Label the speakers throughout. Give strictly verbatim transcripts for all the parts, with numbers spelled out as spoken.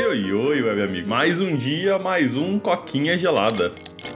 Speaker 1: Oi, oi, web amigo. Mais um dia, mais um coquinha gelada.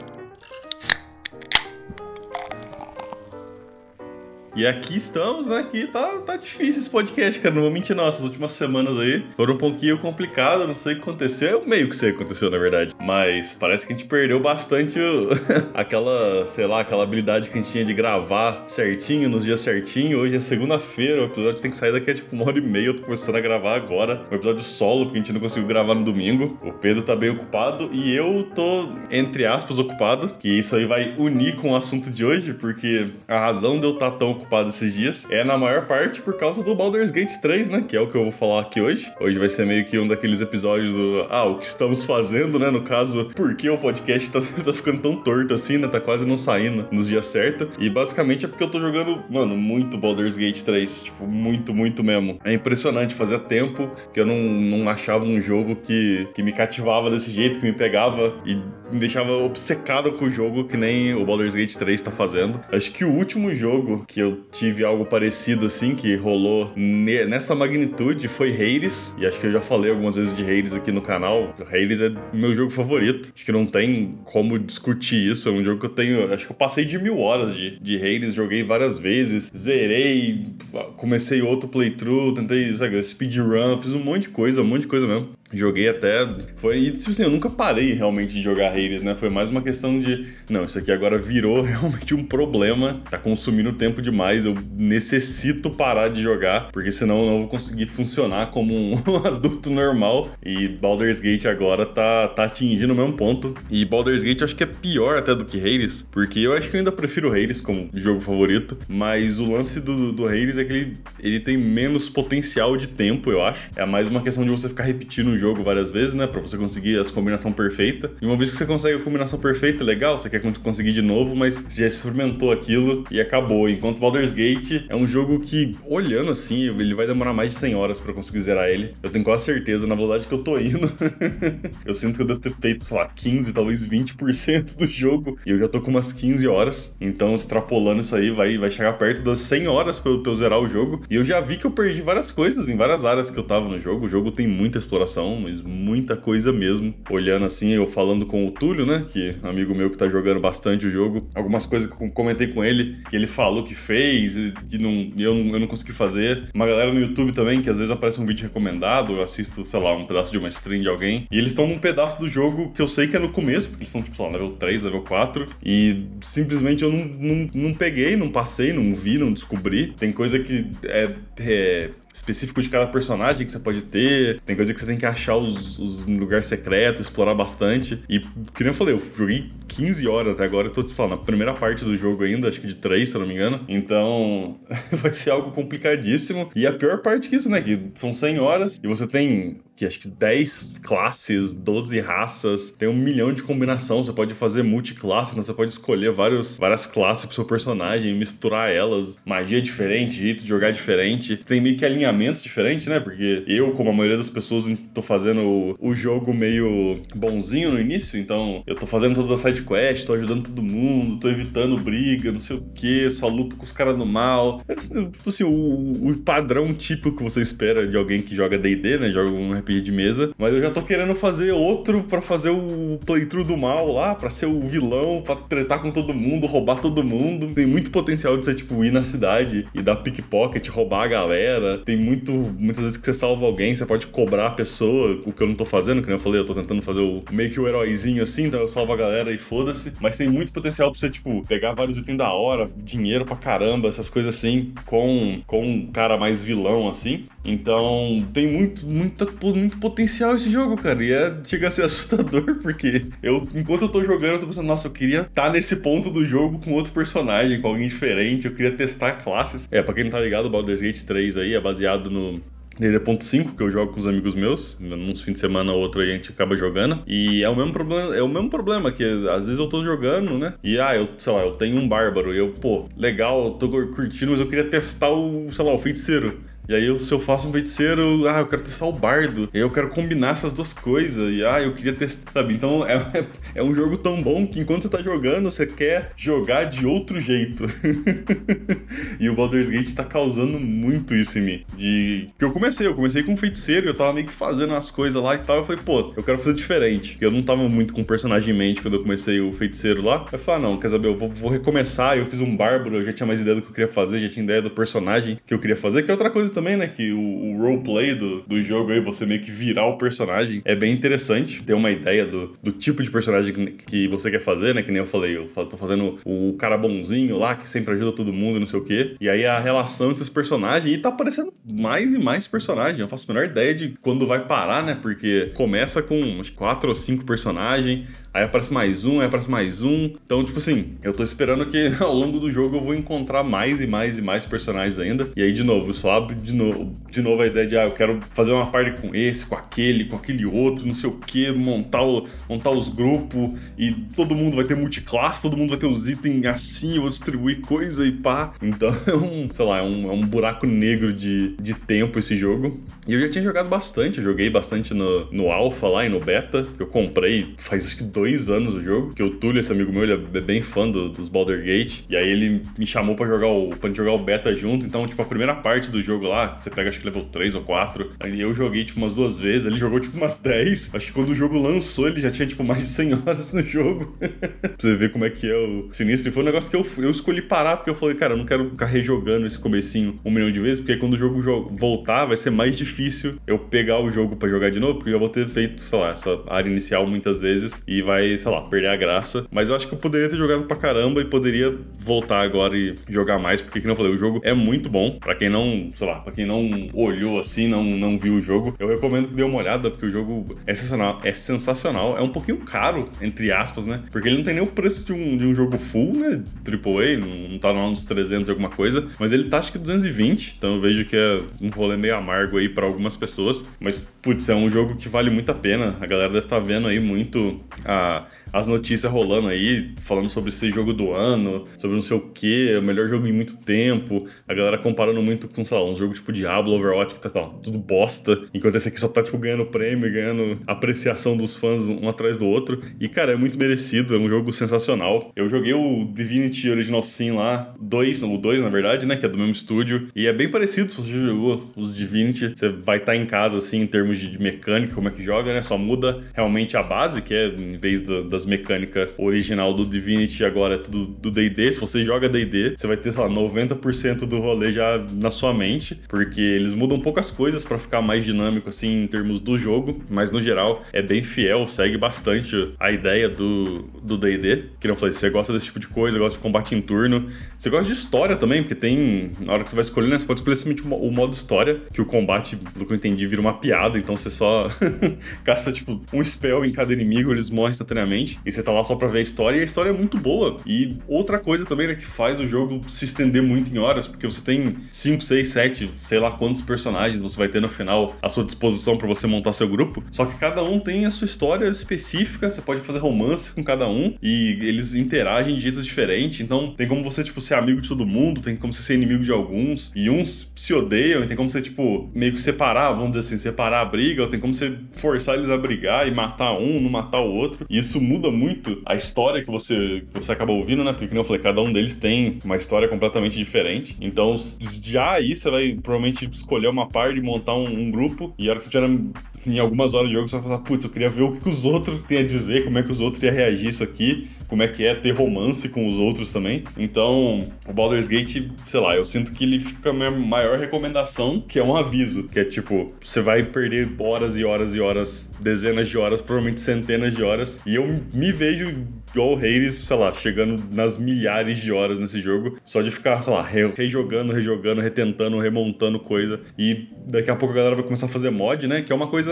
Speaker 1: E aqui estamos, né? Aqui tá, tá difícil esse podcast, cara. Não vou mentir, não. Essas últimas semanas aí foram um pouquinho complicadas. Não sei o que aconteceu. Eu meio que sei o que aconteceu, na verdade. Mas parece que a gente perdeu bastante o... aquela, sei lá, aquela habilidade que a gente tinha de gravar certinho, nos dias certinho. Hoje é segunda-feira, o episódio tem que sair daqui a tipo uma hora e meia. Eu tô começando a gravar agora. Um episódio solo, porque a gente não conseguiu gravar no domingo. O Pedro tá bem ocupado e eu tô, entre aspas, ocupado. Que isso aí vai unir com o assunto de hoje, porque a razão de eu estar tão ocupado esses dias é na maior parte por causa do Baldur's Gate três, né? Que é o que eu vou falar aqui hoje. Hoje vai ser meio que um daqueles episódios do ah, o que estamos fazendo, né? No caso, por que o podcast tá, tá ficando tão torto assim, né? Tá quase não saindo nos dias certos. E basicamente é porque eu tô jogando, mano, muito Baldur's Gate três. Tipo, muito, muito mesmo. É impressionante, fazia tempo que eu não, não achava um jogo que, que me cativava desse jeito, que me pegava e me deixava obcecado com o jogo que nem o Baldur's Gate três tá fazendo. Acho que o último jogo que eu tive algo parecido assim, que rolou ne- nessa magnitude, foi Hades. E acho que eu já falei algumas vezes de Hades aqui no canal. Hades é meu jogo favorito. Acho que não tem como discutir isso. É um jogo que eu tenho... Acho que eu passei de mil horas de, de Hades. Joguei várias vezes. Zerei. Comecei outro playthrough. Tentei, sabe, speedrun. Fiz um monte de coisa, um monte de coisa mesmo. Joguei até... Foi... E, tipo assim, eu nunca parei realmente de jogar Hades, né? Foi mais uma questão de... Não, isso aqui agora virou realmente um problema. Tá consumindo tempo demais. Eu necessito parar de jogar, porque senão eu não vou conseguir funcionar como um adulto normal. E Baldur's Gate agora tá, tá atingindo o mesmo ponto. E Baldur's Gate eu acho que é pior até do que Hades, porque eu acho que eu ainda prefiro Hades como jogo favorito. Mas o lance do, do Hades é que ele, ele tem menos potencial de tempo, eu acho. É mais uma questão de você ficar repetindo o jogo várias vezes, né? Pra você conseguir as combinação perfeita. E uma vez que você consegue a combinação perfeita, legal, você quer conseguir de novo, mas você já experimentou aquilo e acabou. Enquanto Baldur's Gate é um jogo que, olhando assim, ele vai demorar mais de cem horas pra conseguir zerar ele. Eu tenho quase certeza, na verdade, que eu tô indo. Eu sinto que eu devo ter feito, sei lá, quinze, talvez vinte por cento do jogo. E eu já tô com umas quinze horas. Então, extrapolando isso aí, vai, vai chegar perto das cem horas pra eu, pra eu zerar o jogo. E eu já vi que eu perdi várias coisas em várias áreas que eu tava no jogo. O jogo tem muita exploração, mas muita coisa mesmo. Olhando assim, eu falando com o Túlio, né? Que é um amigo meu que tá jogando bastante o jogo. Algumas coisas que eu comentei com ele, que ele falou que fez, e que não, eu, eu não consegui fazer. Uma galera no YouTube também, que às vezes aparece um vídeo recomendado, eu assisto, sei lá, um pedaço de uma stream de alguém, e eles estão num pedaço do jogo que eu sei que é no começo, porque eles são, tipo, sei lá, level três, level quatro, e simplesmente eu não, não, não peguei, não passei, não vi, não descobri. Tem coisa que é... é específico de cada personagem que você pode ter, tem coisa que você tem que achar os, os lugares secretos, explorar bastante, e que nem eu falei, eu joguei quinze horas até agora, eu tô, tipo, na primeira parte do jogo ainda, acho que de três, se eu não me engano, então vai ser algo complicadíssimo, e a pior parte que isso, né, que são cem horas, e você tem... que acho que dez classes, doze raças, tem um milhão de combinação, você pode fazer multiclasse, né? Você pode escolher vários, várias classes pro seu personagem, misturar elas, magia diferente, jeito de jogar diferente, tem meio que alinhamentos diferentes, né? Porque eu, como a maioria das pessoas, tô fazendo o, o jogo meio bonzinho no início, então eu tô fazendo todas as sidequests, tô ajudando todo mundo, tô evitando briga, não sei o que, só luto com os caras do mal, é, tipo assim, o, o padrão típico que você espera de alguém que joga D e D, né? Joga um R P G de mesa, mas eu já tô querendo fazer outro pra fazer o playthrough do mal lá, pra ser o vilão, pra tretar com todo mundo, roubar todo mundo. Tem muito potencial de você, tipo, ir na cidade e dar pickpocket, roubar a galera. Tem muito, muitas vezes que você salva alguém, você pode cobrar a pessoa, o que eu não tô fazendo, que nem eu falei, eu tô tentando fazer o meio que o heróizinho assim, então eu salvo a galera e foda-se. Mas tem muito potencial pra você, tipo, pegar vários itens da hora, dinheiro pra caramba, essas coisas assim, com, com um cara mais vilão, assim. Então, tem muito, muita, muito potencial esse jogo, cara. E é, chega a ser assustador, porque eu, enquanto eu tô jogando, eu tô pensando, nossa, eu queria estar nesse ponto do jogo com outro personagem, com alguém diferente, eu queria testar classes. É, pra quem não tá ligado, o Baldur's Gate três aí é baseado no D e D ponto cinco, que eu jogo com os amigos meus, uns fins de semana ou outro aí a gente acaba jogando, e é o mesmo problema, é o mesmo problema, que às vezes eu tô jogando, né, e ah, eu, sei lá, eu tenho um bárbaro, e eu, pô, legal, eu tô curtindo, mas eu queria testar o, sei lá, o feiticeiro. E aí, eu, se eu faço um feiticeiro, ah, eu quero testar o bardo. E aí eu quero combinar essas duas coisas. E ah, eu queria testar, sabe? Então é, é um jogo tão bom que enquanto você tá jogando, você quer jogar de outro jeito. E o Baldur's Gate tá causando muito isso em mim. De... Porque eu comecei, eu comecei com um feiticeiro, eu tava meio que fazendo as coisas lá e tal. Eu falei, pô, eu quero fazer diferente. Porque eu não tava muito com o personagem em mente quando eu comecei o feiticeiro lá. Eu falei, ah, não, quer saber, eu vou, vou recomeçar. Eu fiz um bárbaro, eu já tinha mais ideia do que eu queria fazer, já tinha ideia do personagem que eu queria fazer, que é outra coisa também, né? Que o, o roleplay do, do jogo aí, você meio que virar o personagem, é bem interessante. Ter uma ideia do, do tipo de personagem que, que você quer fazer, né? Que nem eu falei, eu tô fazendo o cara bonzinho lá, que sempre ajuda todo mundo, não sei o quê. E aí a relação entre os personagens, e tá aparecendo mais e mais personagens. Eu faço a menor ideia de quando vai parar, né? Porque começa com uns quatro ou cinco personagens, aí aparece mais um, aí aparece mais um. Então, tipo assim, eu tô esperando que ao longo do jogo eu vou encontrar mais e mais e mais personagens ainda. E aí, de novo, eu só abro de novo, de novo a ideia de, ah, eu quero fazer uma party com esse, com aquele, com aquele outro, não sei o que, montar, o, montar os grupos, e todo mundo vai ter multiclasse, todo mundo vai ter os itens assim, eu vou distribuir coisa e pá. Então, é um, sei lá, é um, é um buraco negro de, de tempo esse jogo. E eu já tinha jogado bastante, eu joguei bastante no, no Alpha lá e no Beta, que eu comprei faz acho que dois anos o jogo, que o Túlio, esse amigo meu, ele é bem fã do, dos Baldur's Gate, e aí ele me chamou pra jogar o, pra gente jogar o Beta junto. Então, tipo, a primeira parte do jogo lá, que você pega acho que level três ou quatro, aí eu joguei tipo umas duas vezes, ele jogou tipo umas dez. Acho que quando o jogo lançou, ele já tinha tipo mais de cem horas no jogo. Pra você ver como é que é o sinistro. E foi um negócio que eu, eu escolhi parar, porque eu falei, cara, eu não quero ficar rejogando esse comecinho um milhão de vezes, porque aí quando o jogo jo- voltar, vai ser mais difícil eu pegar o jogo pra jogar de novo, porque eu já vou ter feito, sei lá, essa área inicial muitas vezes e vai, sei lá, perder a graça. Mas eu acho que eu poderia ter jogado pra caramba e poderia voltar agora e jogar mais, porque, como eu falei, o jogo é muito bom. Pra quem não, sei lá, pra quem não olhou assim, não, não viu o jogo, eu recomendo que dê uma olhada, porque o jogo é sensacional. É sensacional. É um pouquinho caro, entre aspas, né? Porque ele não tem nem o preço de um, de um jogo full, né? triplo A, não, não tá lá uns trezentos e alguma coisa, mas ele tá acho que duzentos e vinte, então eu vejo que é um rolê meio amargo aí pra algumas pessoas. Mas, putz, é um jogo que vale muito a pena. A galera deve estar vendo aí muito a... as notícias rolando aí, falando sobre esse jogo do ano, sobre não sei o que, é o melhor jogo em muito tempo. A galera comparando muito com, sei lá, um jogo tipo Diablo, Overwatch, que tá, tá tudo bosta, enquanto esse aqui só tá, tipo, ganhando prêmio, ganhando apreciação dos fãs um atrás do outro. E, cara, é muito merecido, é um jogo sensacional. Eu joguei o Divinity Original Sin lá, dois, o dois, na verdade, né, que é do mesmo estúdio, e é bem parecido. Se você jogou os Divinity, você vai estar em casa, assim, em termos de mecânica, como é que joga, né, só muda realmente a base, que é, em vez do, das mecânica original do Divinity, agora é tudo do D e D. Se você joga D e D, você vai ter, sei lá, noventa por cento do rolê já na sua mente, porque eles mudam poucas coisas pra ficar mais dinâmico, assim, em termos do jogo, mas no geral é bem fiel, segue bastante a ideia do do D e D. Que não falei, se você gosta desse tipo de coisa, gosta de combate em turno, você gosta de história também, porque tem, na hora que você vai escolher, né, você pode escolher simplesmente o modo história, que o combate, pelo que eu entendi, vira uma piada, então você só gasta, tipo, um spell em cada inimigo, eles morrem instantaneamente, e você tá lá só pra ver a história, e a história é muito boa. E outra coisa também, né, que faz o jogo se estender muito em horas, porque você tem cinco, seis, sete, sei lá quantos personagens você vai ter no final à sua disposição pra você montar seu grupo, só que cada um tem a sua história específica, você pode fazer romance com cada um, e eles interagem de jeitos diferentes, então tem como você, tipo, ser amigo de todo mundo, tem como você ser inimigo de alguns, e uns se odeiam, e tem como você, tipo, meio que separar, vamos dizer assim, separar a briga, ou tem como você forçar eles a brigar e matar um, não matar o outro, e isso muda muito a história que você, que você acaba ouvindo, né? Porque, como eu falei, cada um deles tem uma história completamente diferente. Então, já aí você vai provavelmente escolher uma parte e montar um, um grupo. E a hora que você tiver em algumas horas de jogo, você vai falar, putz, eu queria ver o que, que os outros têm a dizer, como é que os outros iam reagir isso aqui, como é que é ter romance com os outros também. Então, o Baldur's Gate, sei lá, eu sinto que ele fica a minha maior recomendação, que é um aviso, que é tipo, você vai perder horas e horas e horas, dezenas de horas, provavelmente centenas de horas, e eu me vejo igual o Hades, sei lá, chegando nas milhares de horas nesse jogo, só de ficar, sei lá, re rejogando, rejogando, retentando, remontando coisa, e daqui a pouco a galera vai começar a fazer mod, né, que é uma coisa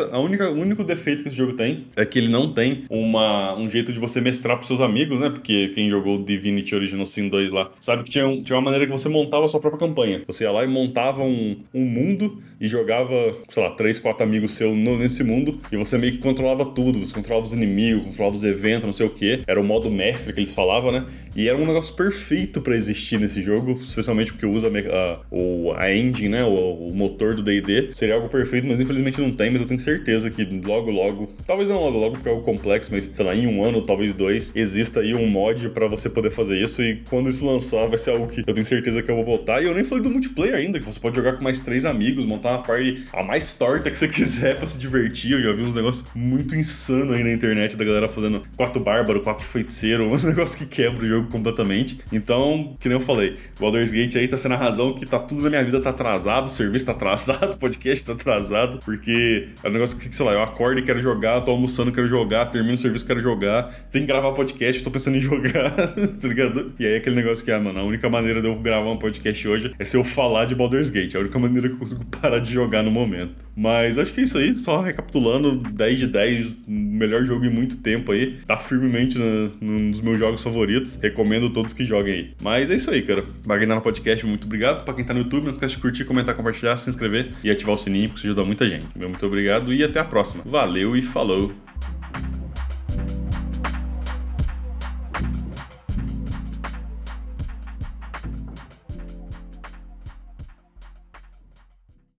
Speaker 1: coisa, a única, o único defeito que esse jogo tem é que ele não tem uma, um jeito de você mestrar pros seus amigos, né? Porque quem jogou o Divinity Original Sin dois lá sabe que tinha, um, tinha uma maneira que você montava a sua própria campanha. Você ia lá e montava um, um mundo e jogava, sei lá, três, quatro amigos seus no, nesse mundo e você meio que controlava tudo. Você controlava os inimigos, controlava os eventos, não sei o que. Era o modo mestre que eles falavam, né? E era um negócio perfeito pra existir nesse jogo, especialmente porque usa a, a, a engine, né? O, o motor do D e D. Seria algo perfeito, mas infelizmente não tem. Mas eu tenho certeza que logo, logo, talvez não logo, logo porque é algo complexo, mas sei lá, em um ano, talvez dois, exista aí um mod pra você poder fazer isso. E quando isso lançar, vai ser algo que eu tenho certeza que eu vou voltar. E eu nem falei do multiplayer ainda, que você pode jogar com mais três amigos, montar uma party a mais torta que você quiser pra se divertir. Eu já vi uns negócios muito insanos aí na internet da galera fazendo quatro bárbaro, quatro feiticeiro, uns negócios que quebram o jogo completamente. Então, que nem eu falei, Baldur's Gate aí tá sendo a razão que tá tudo na minha vida tá atrasado, o serviço tá atrasado, o podcast tá atrasado, porque é um negócio que, sei lá, eu acordo e quero jogar, tô almoçando e quero jogar, termino o serviço e quero jogar, tenho que gravar podcast, tô pensando em jogar, tá ligado? E aí aquele negócio que, ah, mano, a única maneira de eu gravar um podcast hoje é se eu falar de Baldur's Gate, é a única maneira que eu consigo parar de jogar no momento. Mas acho que é isso aí, só recapitulando, dez de dez, melhor jogo em muito tempo aí, tá firmemente na, num dos meus jogos favoritos, recomendo todos que joguem aí. Mas é isso aí, cara. Pra quem tá no podcast, muito obrigado. Pra quem tá no YouTube, não esquece de curtir, comentar, compartilhar, se inscrever e ativar o sininho, porque isso ajuda muita gente. Muito obrigado e até a próxima. Valeu e falou!